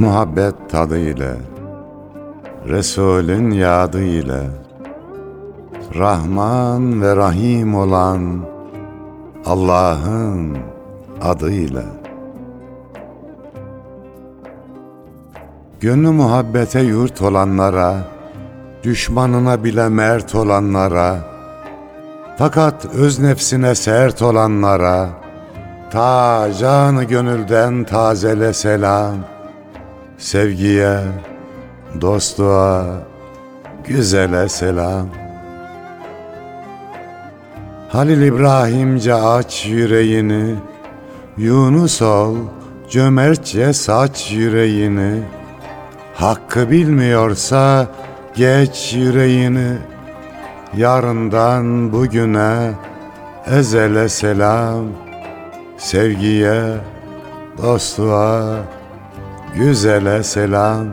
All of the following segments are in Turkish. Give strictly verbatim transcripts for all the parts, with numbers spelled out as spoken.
muhabbet tadı ile, Resulün yadı ile, Rahman ve Rahim olan Allah'ın adıyla. Gönlü muhabbete yurt olanlara, düşmanına bile mert olanlara, fakat öz nefsine sert olanlara, ta canı gönülden tazele selam. Sevgiye, dostluğa, güzele selam. Halil İbrahimce aç yüreğini, Yunus ol, cömertçe saç yüreğini, hakkı bilmiyorsa geç yüreğini, yarından bugüne ezele selam. Sevgiye, dostluğa, güzele selam.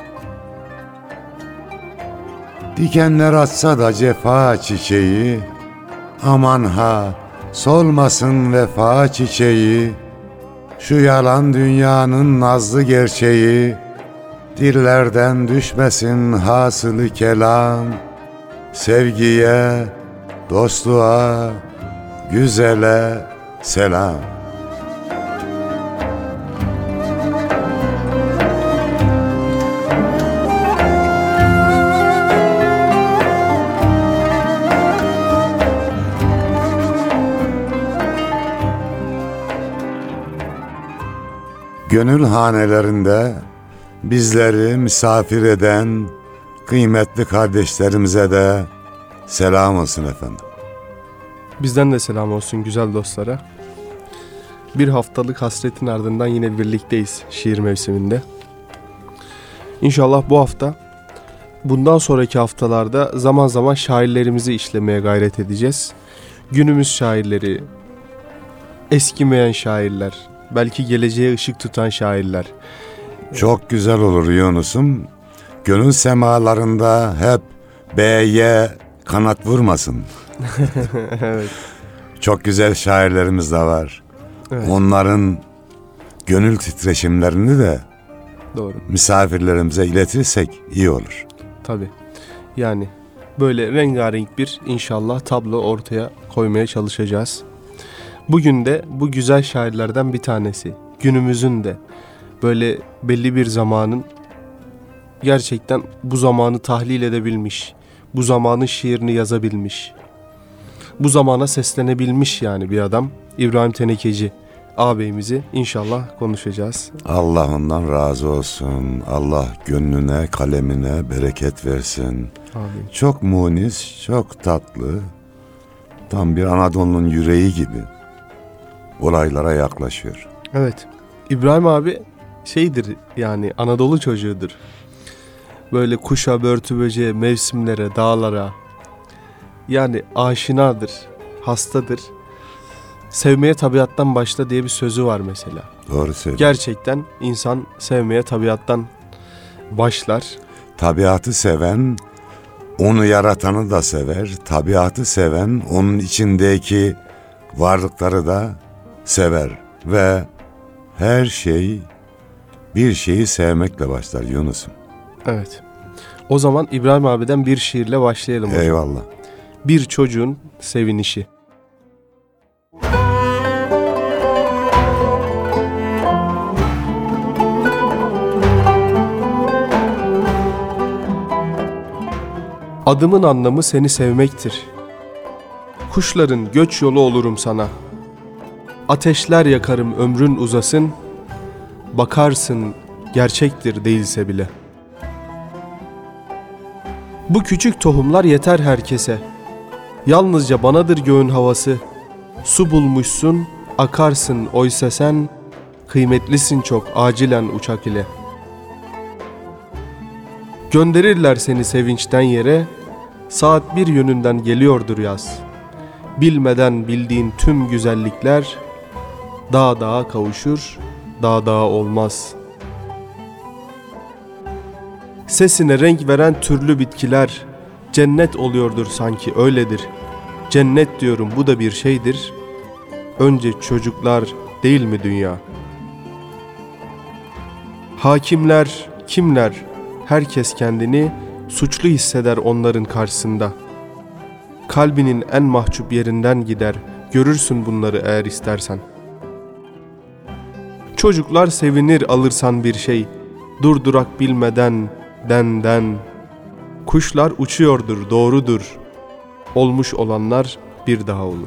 Dikenler atsa da cefa çiçeği, aman ha solmasın vefa çiçeği. Şu yalan dünyanın nazlı gerçeği, dillerden düşmesin hasılı kelam. Sevgiye, dostluğa, güzele selam. Gönül hanelerinde bizleri misafir eden kıymetli kardeşlerimize de selam olsun efendim. Bizden de selam olsun güzel dostlara. Bir haftalık hasretin ardından yine birlikteyiz şiir mevsiminde. İnşallah bu hafta, bundan sonraki haftalarda zaman zaman şairlerimizi işlemeye gayret edeceğiz. Günümüz şairleri, eskimeyen şairler, belki geleceğe ışık tutan şairler. Çok güzel olur Yunus'um. Gönül semalarında hep B'ye kanat vurmasın. Evet. Çok güzel şairlerimiz de var. Evet. Onların gönül titreşimlerini de Doğru. misafirlerimize iletirsek iyi olur. Tabii. Yani böyle rengarenk bir inşallah tablo ortaya koymaya çalışacağız. Bugün de bu güzel şairlerden bir tanesi, günümüzün de böyle belli bir zamanın gerçekten bu zamanı tahlil edebilmiş, bu zamanın şiirini yazabilmiş, bu zamana seslenebilmiş yani bir adam. İbrahim Tenekeci ağabeyimizi inşallah konuşacağız. Allah ondan razı olsun. Allah gönlüne, kalemine bereket versin. Amin. Çok munis, çok tatlı. Tam bir Anadolu'nun yüreği gibi olaylara yaklaşıyor. Evet. İbrahim abi şeydir yani Anadolu çocuğudur. Böyle kuşa, börtü, böceğe, mevsimlere, dağlara yani aşinadır, hastadır. Sevmeye tabiattan başla diye bir sözü var mesela. Doğru söylüyorsun. Gerçekten insan sevmeye tabiattan başlar. Tabiatı seven, onu yaratanı da sever. Tabiatı seven, onun içindeki varlıkları da sever. Ve her şey bir şeyi sevmekle başlar Yunus'um. Evet. O zaman İbrahim abiden bir şiirle başlayalım. Hocam. Eyvallah. Bir çocuğun sevinişi. Adımın anlamı seni sevmektir. Kuşların göç yolu olurum sana. Ateşler yakarım ömrün uzasın. Bakarsın gerçektir değilse bile. Bu küçük tohumlar yeter herkese. Yalnızca banadır göğün havası. Su bulmuşsun, akarsın oysa sen, kıymetlisin çok acilen uçak ile. Gönderirler seni sevinçten yere, saat bir yönünden geliyordur yaz. Bilmeden bildiğin tüm güzellikler, dağ dağa kavuşur, dağ dağa olmaz. Sesine renk veren türlü bitkiler, cennet oluyordur sanki öyledir. Cennet diyorum bu da bir şeydir. Önce çocuklar değil mi dünya? Hakimler kimler? Herkes kendini suçlu hisseder onların karşısında. Kalbinin en mahcup yerinden gider, görürsün bunları eğer istersen. Çocuklar sevinir alırsan bir şey, durdurak bilmeden, denden. Kuşlar uçuyordur, doğrudur. Olmuş olanlar bir daha olur.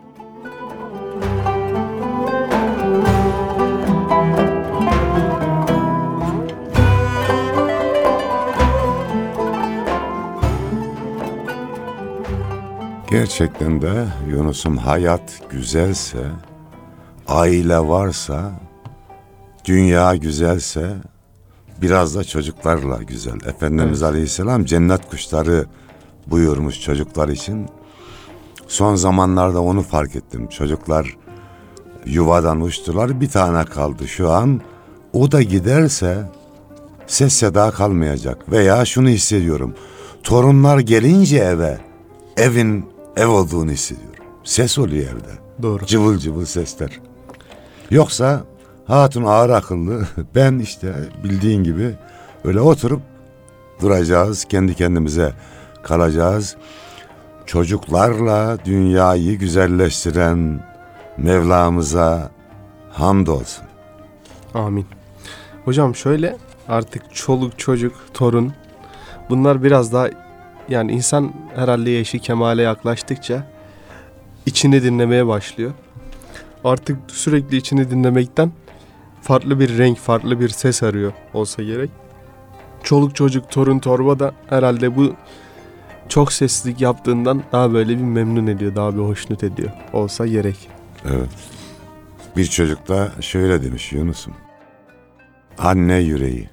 Gerçekten de Yunus'um, hayat güzelse, aile varsa, dünya güzelse biraz da çocuklarla güzel. Efendimiz Evet. Aleyhisselam cennet kuşları buyurmuş çocuklar için. Son zamanlarda onu fark ettim. Çocuklar yuvadan uçtular, bir tane kaldı şu an. O da giderse ses seda kalmayacak. Veya şunu hissediyorum. Torunlar gelince eve, evin ev olduğunu hissediyorum. Ses oluyor evde. Doğru. Cıvıl cıvıl sesler. Yoksa hatun ağır akıllı, ben işte bildiğin gibi öyle oturup duracağız, kendi kendimize kalacağız. Çocuklarla dünyayı güzelleştiren Mevlamıza hamdolsun. Amin. Hocam şöyle, artık çoluk çocuk, torun, bunlar biraz daha, yani insan herhalde yaşı kemale yaklaştıkça içini dinlemeye başlıyor. Artık sürekli içini dinlemekten farklı bir renk, farklı bir ses arıyor olsa gerek. Çoluk çocuk, torun torba da herhalde bu çok seslilik yaptığından daha böyle bir memnun ediyor, daha bir hoşnut ediyor olsa gerek. Evet. Bir çocuk da şöyle demiş Yunus'um. Anne yüreği.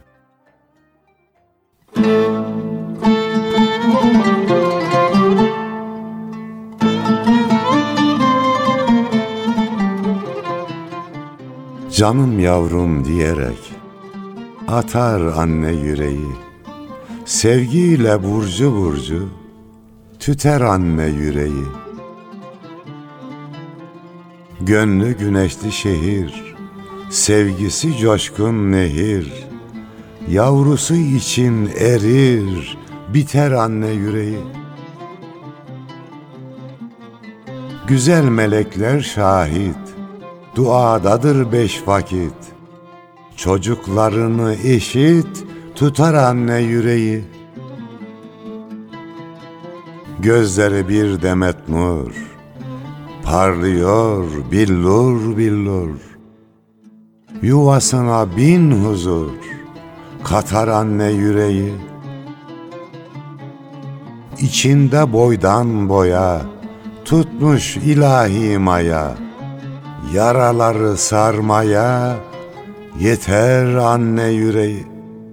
Canım yavrum diyerek atar anne yüreği. Sevgiyle burcu burcu tüter anne yüreği. Gönlü güneşli şehir, sevgisi coşkun nehir. Yavrusu için erir, biter anne yüreği. Güzel melekler şahit, duadadır beş vakit. Çocuklarını eşit, tutar anne yüreği. Gözleri bir demet nur, parlıyor billur billur. Yuvasına bin huzur, katar anne yüreği. İçinde boydan boya, tutmuş ilahi maya. Yaraları sarmaya, yeter anne yüreği.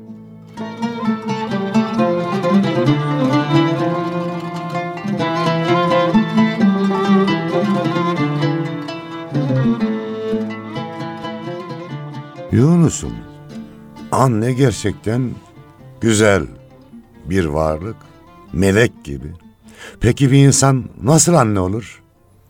Yunus'um, anne gerçekten güzel bir varlık, melek gibi. Peki bir insan nasıl anne olur?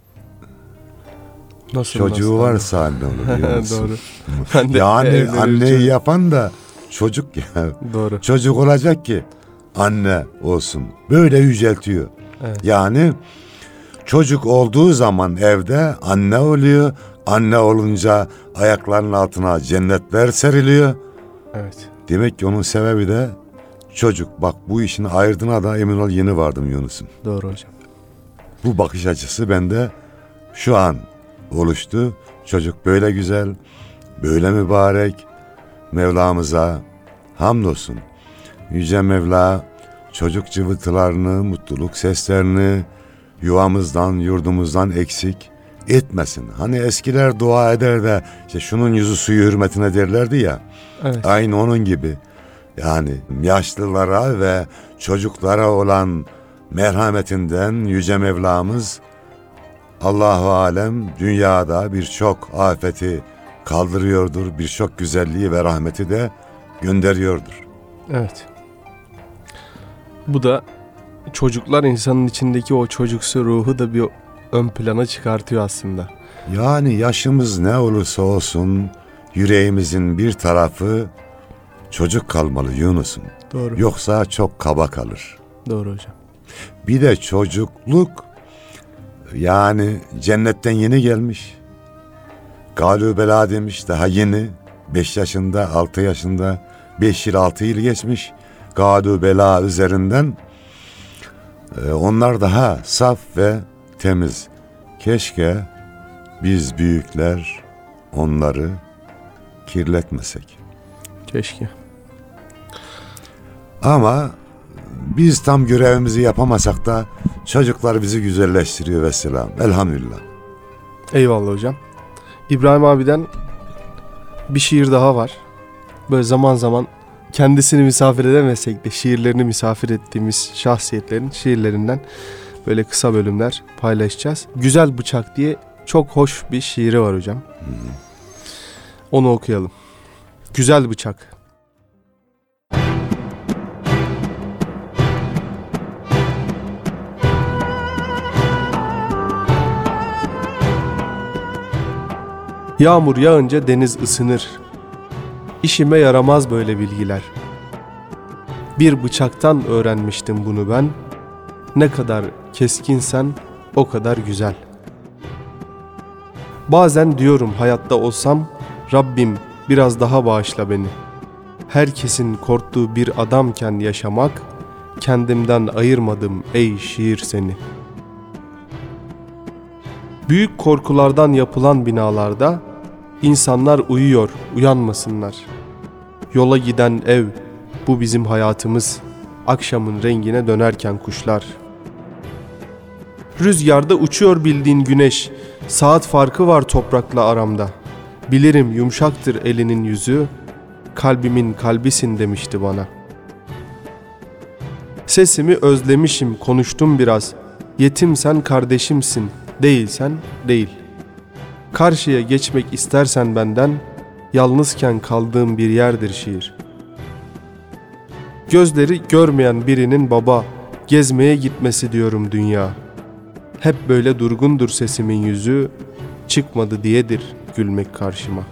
Nasıl, Çocuğu nasıl? varsa anne olur Yunus'um. Doğru. Ben de Yani evlenir anneyi çocuk. yapan da çocuk ya. Doğru. Çocuk olacak ki anne olsun. Böyle yüceltiyor. Evet. Yani çocuk olduğu zaman evde anne oluyor. Anne olunca ayaklarının altına cennetler seriliyor. Evet. Demek ki onun sebebi de çocuk. Bak, bu işin ayırdığına da emin ol yeni vardım Yunus'um. Doğru hocam. Bu bakış açısı bende şu an oluştu. Çocuk böyle güzel, böyle mübarek. Mevlamıza hamdolsun. Yüce Mevla çocuk cıvıtılarını, mutluluk seslerini yuvamızdan, yurdumuzdan eksik etmesin. Hani eskiler dua eder de işte şunun yüzü suyu hürmetine derlerdi ya. Evet. Aynı onun gibi. Yani yaşlılara ve çocuklara olan merhametinden Yüce Mevlamız Allahu alem dünyada birçok afeti kaldırıyordur, birçok güzelliği ve rahmeti de gönderiyordur. Evet. Bu da çocuklar insanın içindeki o çocuksu ruhu da bir ön plana çıkartıyor aslında. Yani yaşımız ne olursa olsun yüreğimizin bir tarafı çocuk kalmalı Yunus'um. Doğru. Yoksa çok kaba kalır. Doğru hocam. Bir de çocukluk yani cennetten yeni gelmiş. Galü bela demiş daha yeni. Beş yaşında, altı yaşında, beş yıl altı yıl geçmiş. Galü bela üzerinden e, onlar daha saf ve temiz. Keşke biz büyükler onları kirletmesek. Keşke. Ama biz tam görevimizi yapamasak da çocuklar bizi güzelleştiriyor vesselam. Elhamdülillah. Eyvallah hocam. İbrahim abiden bir şiir daha var. Böyle zaman zaman kendisini misafir edemesek de şiirlerini misafir ettiğimiz şahsiyetlerin şiirlerinden böyle kısa bölümler paylaşacağız. Güzel Bıçak diye çok hoş bir şiiri var hocam. Hmm. Onu okuyalım. Güzel Bıçak. Yağmur yağınca deniz ısınır. İşime yaramaz böyle bilgiler. Bir bıçaktan öğrenmiştim bunu ben. Ne kadar keskinsen o kadar güzel. Bazen diyorum hayatta olsam, Rabbim biraz daha bağışla beni. Herkesin korktuğu bir adamken yaşamak, kendimden ayırmadım ey şiir seni. Büyük korkulardan yapılan binalarda, İnsanlar uyuyor, uyanmasınlar. Yola giden ev, bu bizim hayatımız. Akşamın rengine dönerken kuşlar. Rüzgarda uçuyor bildiğin güneş. Saat farkı var toprakla aramda. Bilirim yumuşaktır elinin yüzü. Kalbimin kalbisin demişti bana. Sesimi özlemişim, konuştum biraz. Yetimsen kardeşimsin, değilsen değil. Karşıya geçmek istersen benden, yalnızken kaldığım bir yerdir şiir. Gözleri görmeyen birinin baba, gezmeye gitmesi diyorum dünya. Hep böyle durgundur sesimin yüzü, çıkmadı diyedir gülmek karşıma.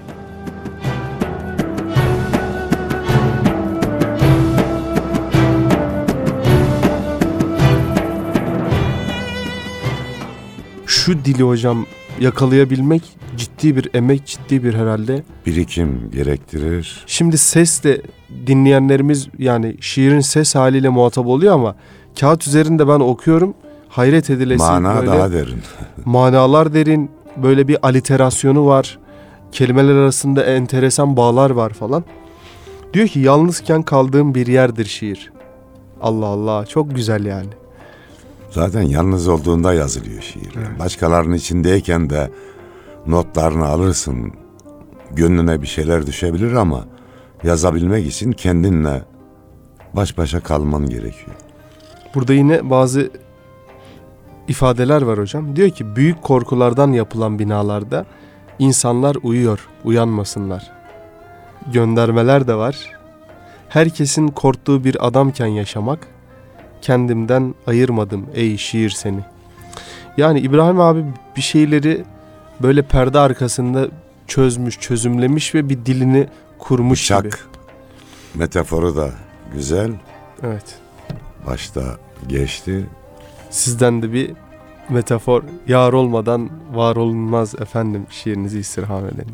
Şu dili hocam yakalayabilmek ciddi bir emek, ciddi bir herhalde birikim gerektirir. Şimdi ses de dinleyenlerimiz yani şiirin ses haliyle muhatap oluyor ama kağıt üzerinde ben okuyorum, hayret edilesi mana böyle daha derin. Manalar derin, böyle bir aliterasyonu var. Kelimeler arasında enteresan bağlar var falan. Diyor ki yalnızken kaldığım bir yerdir şiir. Allah Allah, çok güzel yani. Zaten yalnız olduğunda yazılıyor şiir. Evet. Başkalarının içindeyken de notlarını alırsın. Gönlüne bir şeyler düşebilir ama yazabilmek için kendinle baş başa kalman gerekiyor. Burada yine bazı ifadeler var hocam. Diyor ki büyük korkulardan yapılan binalarda insanlar uyuyor, uyanmasınlar. Göndermeler de var. Herkesin korktuğu bir adamken yaşamak, kendimden ayırmadım ey şiir seni. Yani İbrahim abi bir şeyleri böyle perde arkasında çözmüş, çözümlemiş ve bir dilini kurmuş Bıçak gibi. metaforu da güzel. Evet. Başta geçti. Sizden de bir metafor, yar olmadan var olunmaz efendim şiirinizi istirham edelim.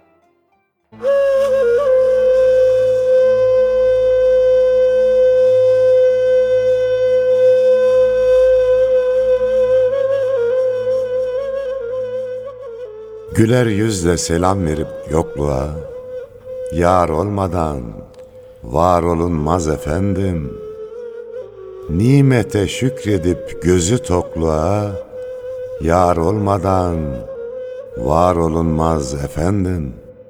Güler yüzle selam verip yokluğa, yar olmadan var olunmaz efendim. Nimete şükredip gözü tokluğa, yar olmadan var olunmaz efendim.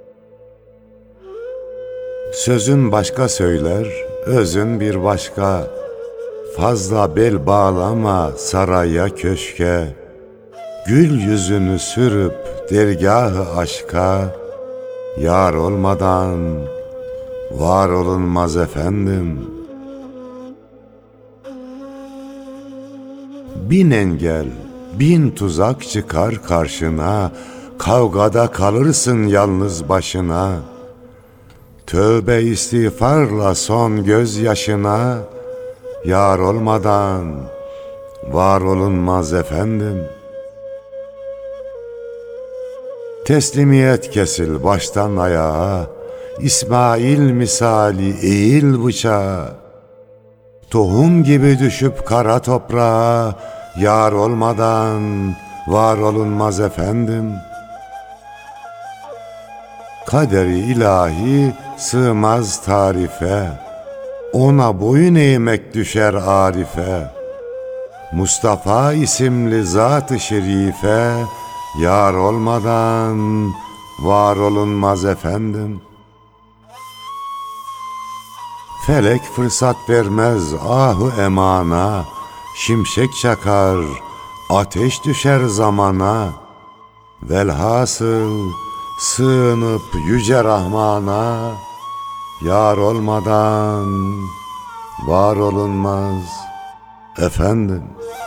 Sözün başka söyler, özün bir başka. Fazla bel bağlama saraya köşke. Gül yüzünü sürüp dergahı aşka, yar olmadan var olunmaz efendim. Bin engel, bin tuzak çıkar karşına, kavgada kalırsın yalnız başına. Tövbe istiğfarla son gözyaşına, yar olmadan var olunmaz efendim. Teslimiyet kesil baştan ayağa, İsmail misali eğil bıçağa. Tohum gibi düşüp kara toprağa, yar olmadan var olunmaz efendim. Kaderi ilahi sığmaz tarife, ona boyun eğmek düşer arife. Mustafa isimli zat-ı şerife, yar olmadan var olunmaz efendim. Felek fırsat vermez ahu emana, şimşek çakar, ateş düşer zamana. Velhasıl sığınıp yüce Rahman'a, yar olmadan var olunmaz efendim.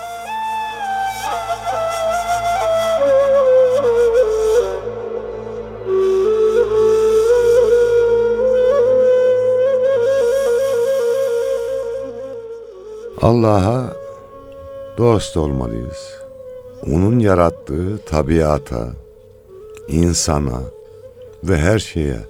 Allah'a dost olmalıyız. Onun yarattığı tabiata, insana ve her şeye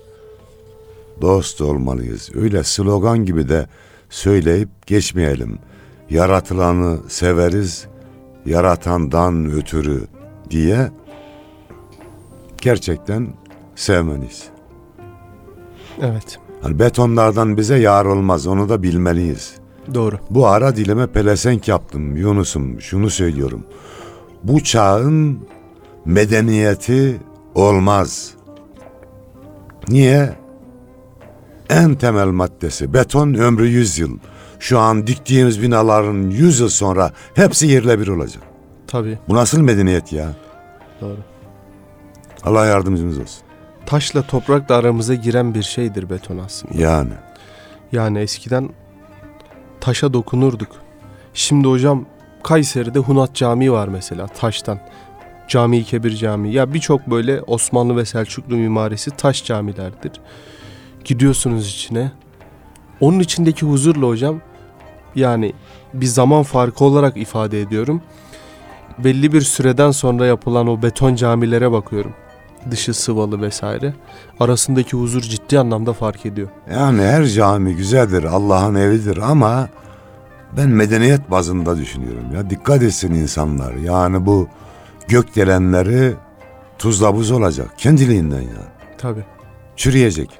dost olmalıyız. Öyle slogan gibi de söyleyip geçmeyelim. Yaratılanı severiz, yaratandan ötürü diye gerçekten sevmeliyiz. Evet. Hani betonlardan bize yar olmaz, onu da bilmeliyiz. Doğru. Bu ara dilime pelesenk yaptım Yunus'um, şunu söylüyorum. Bu çağın medeniyeti olmaz. Niye? En temel maddesi beton, ömrü yüz yıl. Şu an diktiğimiz binaların yüz yıl sonra hepsi yerle bir olacak. Tabii. Bu nasıl medeniyet ya? Doğru. Allah yardımcımız olsun. Taşla toprakla aramıza giren bir şeydir beton aslında. Yani. Yani eskiden taşa dokunurduk. Şimdi hocam Kayseri'de Hunat Camii var mesela taştan. Cami-i Kebir Camii. Ya birçok böyle Osmanlı ve Selçuklu mimarisi taş camilerdir. Gidiyorsunuz içine. Onun içindeki huzurla hocam, yani bir zaman farkı olarak ifade ediyorum. Belli bir süreden sonra yapılan o beton camilere bakıyorum. Dışı sıvalı vesaire. Arasındaki huzur ciddi anlamda fark ediyor. Yani her cami güzeldir, Allah'ın evidir ama ben medeniyet bazında düşünüyorum ya. Dikkat etsin insanlar. Yani bu gökdelenleri tuzla buz olacak kendiliğinden ya. Tabii. Çürüyecek.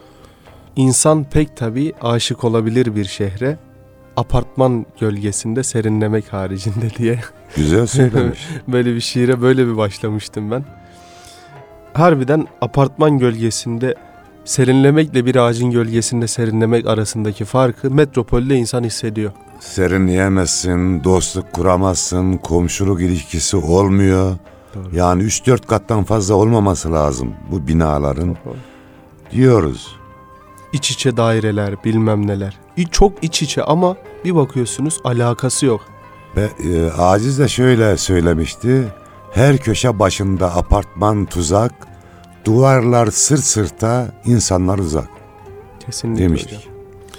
İnsan pek tabii aşık olabilir bir şehre, apartman gölgesinde serinlemek haricinde diye. Güzel söylemiş. Böyle bir şiire böyle bir başlamıştım ben. Harbiden apartman gölgesinde serinlemekle bir ağacın gölgesinde serinlemek arasındaki farkı metropolde insan hissediyor. Serinleyemezsin, dostluk kuramazsın, komşuluk ilişkisi olmuyor. Doğru. Yani üç dört kattan fazla olmaması lazım bu binaların. Doğru. Diyoruz. İç içe daireler, bilmem neler. Çok iç içe ama bir bakıyorsunuz alakası yok. Ve e, Aciz de şöyle söylemişti. Her köşe başında apartman tuzak, duvarlar sırt sırta, insanlar uzak. Kesinlikle Demiştik. hocam.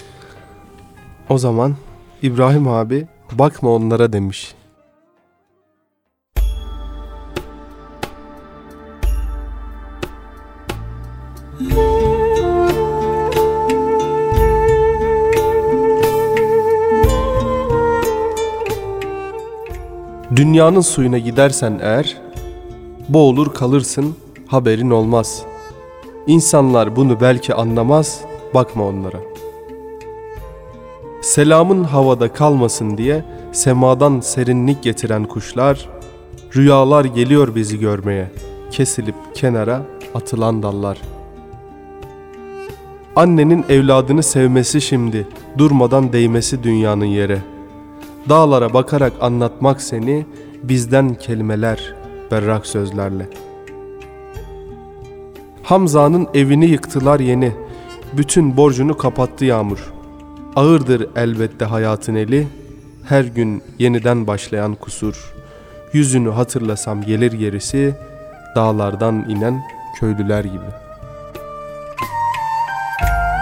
O zaman İbrahim abi bakma onlara demiş. Dünyanın suyuna gidersen eğer, boğulur kalırsın, haberin olmaz. İnsanlar bunu belki anlamaz, bakma onlara. Selamın havada kalmasın diye semadan serinlik getiren kuşlar, rüyalar geliyor bizi görmeye, kesilip kenara atılan dallar. Annenin evladını sevmesi şimdi, durmadan değmesi dünyanın yere. Dağlara bakarak anlatmak seni, bizden kelimeler, berrak sözlerle. Hamza'nın evini yıktılar yeni, bütün borcunu kapattı yağmur. Ağırdır elbette hayatın eli, her gün yeniden başlayan kusur. Yüzünü hatırlasam gelir gerisi, dağlardan inen köylüler gibi.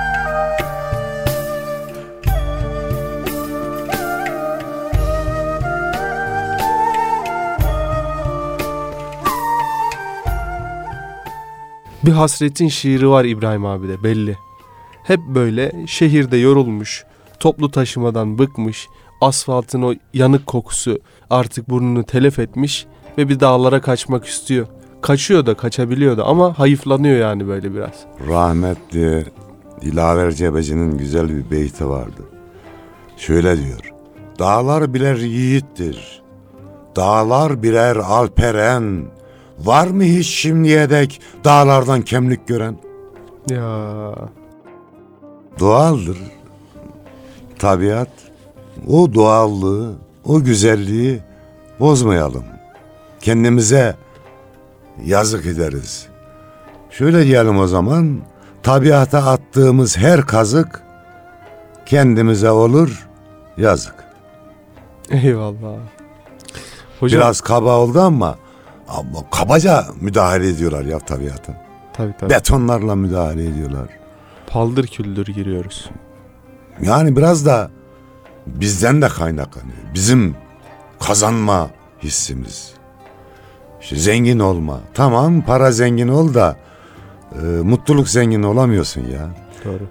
Bir hasretin şiiri var İbrahim abi de belli. Hep böyle şehirde yorulmuş, toplu taşımadan bıkmış, asfaltın o yanık kokusu artık burnunu telef etmiş ve bir dağlara kaçmak istiyor. Kaçıyor da kaçabiliyor da ama hayıflanıyor yani böyle biraz. Rahmetli Dilaver Cebeci'nin güzel bir beyti vardı. Şöyle diyor. Dağlar birer yiğittir. Dağlar birer alperen. Var mı hiç şimdiye dek dağlardan kemlik gören? Ya Doğaldır. Tabiat. O doğallığı, o güzelliği bozmayalım. Kendimize yazık ederiz. Şöyle diyelim o zaman. Tabiata attığımız her kazık kendimize olur yazık. eyvallah. Hocam, Biraz kaba oldu ama, ama kabaca müdahale ediyorlar ya tabiata. tabii tabii. Betonlarla müdahale ediyorlar. Paldır küldür giriyoruz. Yani biraz da bizden de kaynaklanıyor. Bizim kazanma hissimiz. İşte zengin olma. Tamam, para zengin ol da e, mutluluk zengin olamıyorsun ya. Doğru.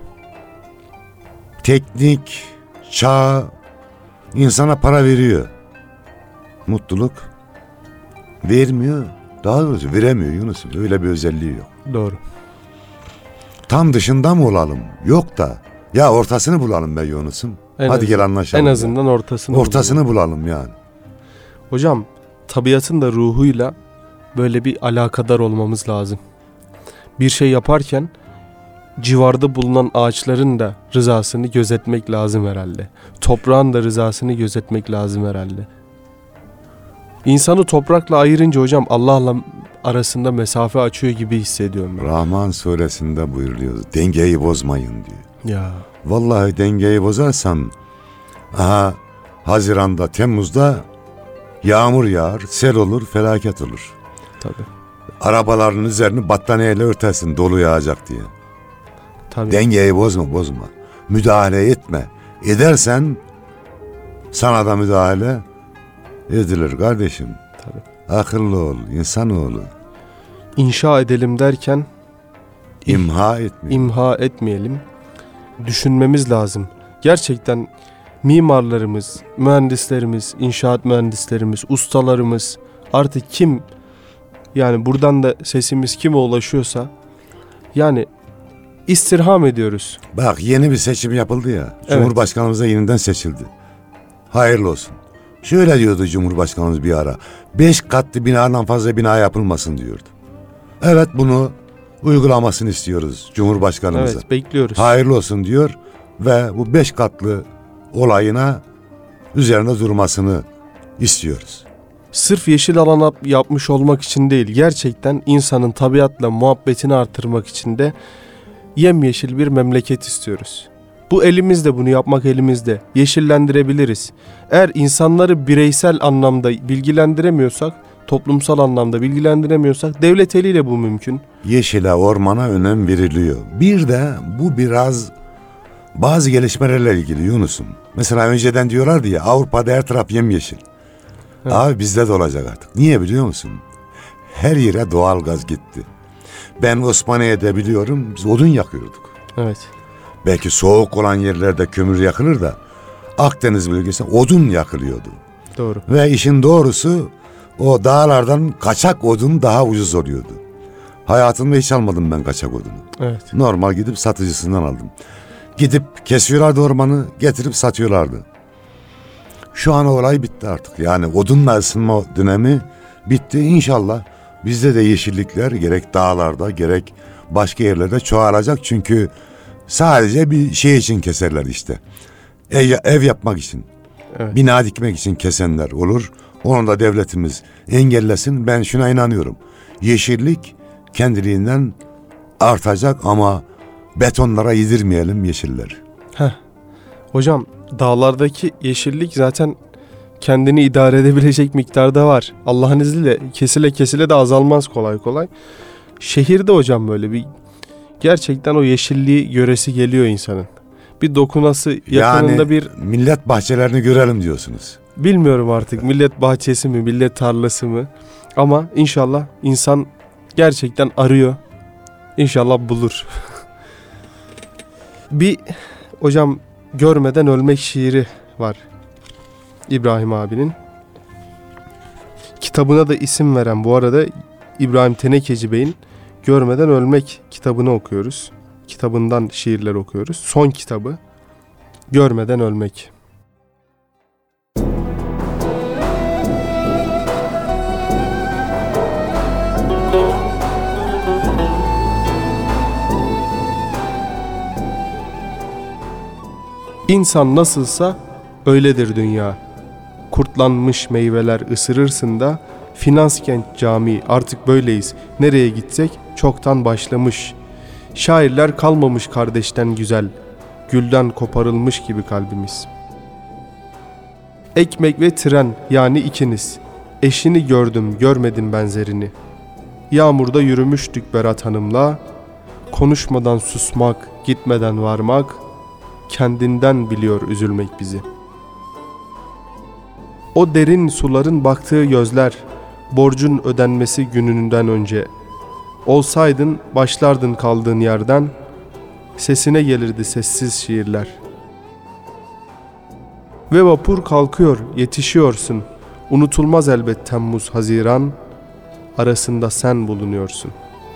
Teknik, çağ insana para veriyor. Mutluluk vermiyor. Daha doğrusu veremiyor Yunus'um. Öyle bir özelliği yok. Doğru. Tam dışında mı olalım? Yok da. Ya ortasını bulalım be Yunus'um. En Hadi az- gel anlaşalım. En ya. azından ortasını. Ortasını bulalım yani. Hocam, tabiatın da ruhuyla böyle bir alakadar olmamız lazım. Bir şey yaparken civarda bulunan ağaçların da rızasını gözetmek lazım herhalde. Toprağın da rızasını gözetmek lazım herhalde. İnsanı toprakla ayırınca hocam Allah'la arasında mesafe açıyor gibi hissediyorum ben. Rahman suresinde buyuruyor. Dengeyi bozmayın diyor. Ya Vallahi dengeyi bozarsan aha Haziran'da, Temmuz'da yağmur yağar, sel olur, felaket olur. tabii. Arabaların üzerini battaniyeyle örtersin dolu yağacak diye. Tabii. Dengeyi bozma, bozma. Müdahale etme. Edersen sana da müdahale edilir kardeşim. Tabii. Akıllı ol, insanoğlu. İnşa edelim derken İmha etme. imha etmeyelim. Düşünmemiz lazım. Gerçekten mimarlarımız, mühendislerimiz, inşaat mühendislerimiz, ustalarımız artık kim, yani buradan da sesimiz kime ulaşıyorsa yani istirham ediyoruz. Bak yeni bir seçim yapıldı ya. Evet. Cumhurbaşkanımız da yeniden seçildi. Hayırlı olsun. Şöyle diyordu Cumhurbaşkanımız bir ara. Beş katlı binadan fazla bina yapılmasın diyordu. Evet, bunu uygulamasını istiyoruz Cumhurbaşkanımıza. Evet, bekliyoruz. Hayırlı olsun diyor ve bu beş katlı olayına üzerinde durmasını istiyoruz. Sırf yeşil alan yapmış olmak için değil, gerçekten insanın tabiatla muhabbetini artırmak için de yemyeşil bir memleket istiyoruz. Bu elimizde, bunu yapmak elimizde. Yeşillendirebiliriz. Eğer insanları bireysel anlamda bilgilendiremiyorsak, toplumsal anlamda bilgilendiremiyorsak devlet eliyle bu mümkün. Yeşile, ormana önem veriliyor. Bir de bu biraz bazı gelişmelerle ilgili Yunus'um. Mesela önceden diyorlardı ya Avrupa'da her taraf yemyeşil. Evet. Abi bizde de olacak artık. Niye biliyor musun? Her yere doğalgaz gitti. Ben Osmaniye'de biliyorum biz odun yakıyorduk. Evet. Belki soğuk olan yerlerde kömür yakılır da Akdeniz bölgesinde odun yakılıyordu. Doğru. Ve işin doğrusu o dağlardan kaçak odun daha ucuz oluyordu. Hayatımda hiç almadım ben kaçak odunu. Evet. Normal gidip satıcısından aldım. Gidip kesiyorlardı ormanı, getirip satıyorlardı. Şu an o olay bitti artık. Yani odunla ısınma dönemi bitti. İnşallah bizde de yeşillikler gerek dağlarda gerek başka yerlerde çoğalacak. Çünkü sadece bir şey için keserler işte. Ev, ev yapmak için, Evet. bina dikmek için kesenler olur. Onu da devletimiz engellesin. Ben şuna inanıyorum. Yeşillik kendiliğinden artacak ama betonlara yedirmeyelim yeşilleri. Heh. Hocam, dağlardaki yeşillik zaten kendini idare edebilecek miktarda var. Allah'ın izniyle kesile kesile de azalmaz kolay kolay. Şehirde hocam böyle bir gerçekten o yeşilliği göresi geliyor insanın. Bir dokunası yakınında Yani bir, millet bahçelerini görelim diyorsunuz. bilmiyorum artık millet bahçesi mi, millet tarlası mı, ama inşallah insan gerçekten arıyor. İnşallah bulur. Bir hocam görmeden ölmek şiiri var İbrahim abinin. Kitabına da isim veren bu arada İbrahim Tenekeci Bey'in Görmeden Ölmek kitabını okuyoruz. Kitabından şiirler okuyoruz. Son kitabı Görmeden Ölmek. İnsan nasılsa öyledir dünya. Kurtlanmış meyveler ısırırsın da finans kent cami artık böyleyiz. Nereye gitsek çoktan başlamış. Şairler kalmamış kardeşten güzel. Gülden koparılmış gibi kalbimiz. Ekmek ve tren yani ikiniz. Eşini gördüm görmedim benzerini. Yağmurda yürümüştük Berat Hanım'la. Konuşmadan susmak, gitmeden varmak. Kendinden biliyor üzülmek bizi. O derin suların baktığı gözler, borcun ödenmesi gününden önce. Olsaydın başlardın kaldığın yerden, sesine gelirdi sessiz şiirler. Ve vapur kalkıyor, yetişiyorsun. Unutulmaz elbet Temmuz, Haziran, arasında sen bulunuyorsun.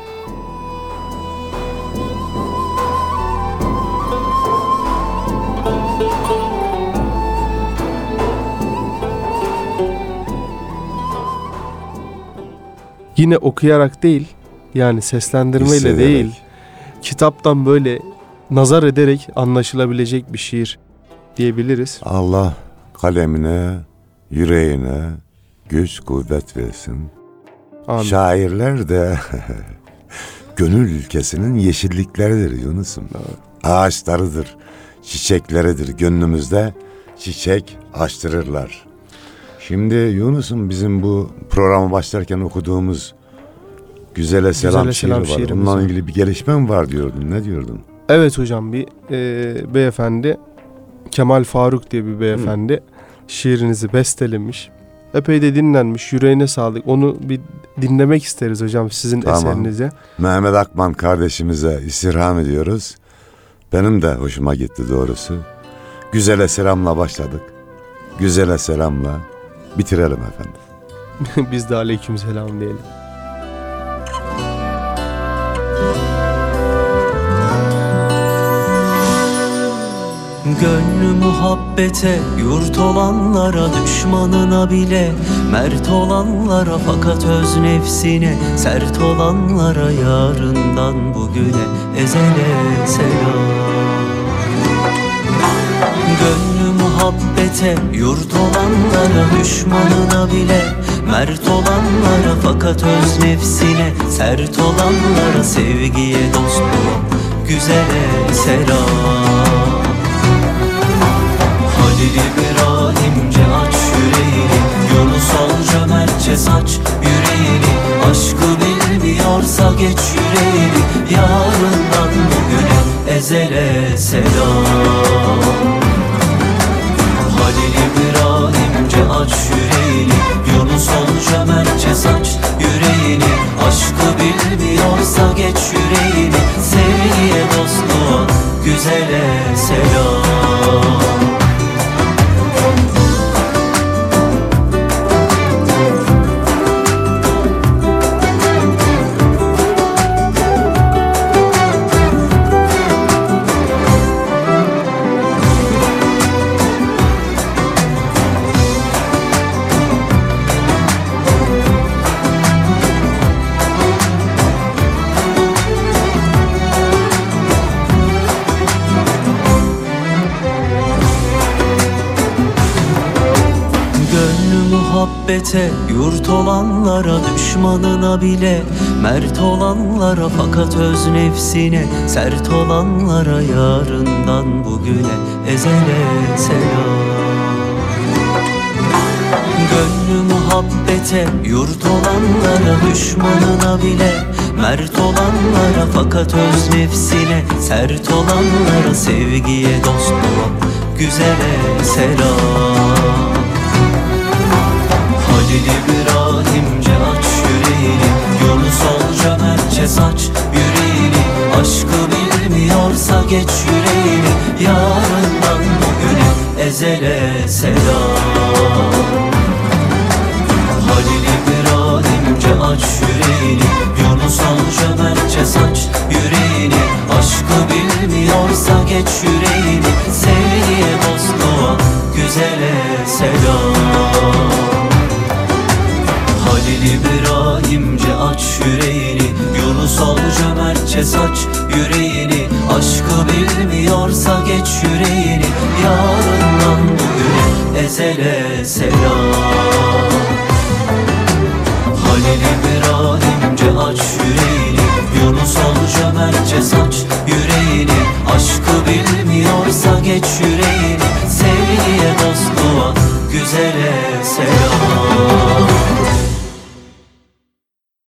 Yine okuyarak değil, yani seslendirmeyle Hissederek. değil, kitaptan böyle nazar ederek anlaşılabilecek bir şiir diyebiliriz. Allah kalemine, yüreğine güç kuvvet versin. Amin. Şairler de gönül ülkesinin yeşillikleridir Yunus'um. Ağaçlarıdır, çiçekleridir. Gönlümüzde çiçek açtırırlar. Şimdi Yunus'um bizim bu programa başlarken okuduğumuz Güzele Selam, Güzele şiiri Selam var. şiirimiz Onunla var. ilgili bir gelişme mi var diyordun? Ne diyordun? Evet hocam, bir e, beyefendi, Kemal Faruk diye bir beyefendi Hı. şiirinizi bestelemiş. Epey de dinlenmiş, yüreğine sağlık. Onu bir dinlemek isteriz hocam, sizin Tamam. eserinize. Mehmet Akman kardeşimize istirham ediyoruz. Benim de hoşuma gitti doğrusu. Güzele selamla başladık. Güzele selamla bitirelim efendim. Biz de aleykümselam diyelim. Gönlü muhabbete yurt olanlara, düşmanına bile mert olanlara, fakat öz nefsine sert olanlara, yarından bugüne ezele selam. Gönlü muhabbete yurt olanlara, düşmanına bile mert olanlara, fakat öz nefsine sert olanlara, sevgiye dostluğa güzele selam. Halil İbrahimce aç yüreğini, Yunus ol cömertçe saç yüreğini, aşkı bilmiyorsa geç yüreğini, yarından bugüne ezele selam. Halil İbrahimce aç yüreğini, Yunus ol cömertçe saç yüreğini, aşkı bilmiyorsa geç yüreğini, sevgiye dostluğa güzele selam. Muhabbete yurt olanlara, düşmanına bile mert olanlara, fakat öz nefsine sert olanlara, yarından bugüne ezele selam. Gönlü muhabbete yurt olanlara, düşmanına bile mert olanlara, fakat öz nefsine sert olanlara, sevgiye dostluğa güzele selam. Halil İbrahimce aç yüreğini, Yunus ol cömertçe saç yüreğini, selam. Halil İbrahimce aç yüreğini, Yunus al cömertçe saç yüreğini. Aşkı bilmiyorsa geç yüreğini, sevgiye Moskova güzele selam. Halil İbrahimce aç yüreğini, Yunus al cömertçe saç yüreğini. Aşkı bilmiyorsa geç yüreğini, yarından bugüne ezele selam. Halil İbrahimce aç yüreğini, Yunus al cömertçe saç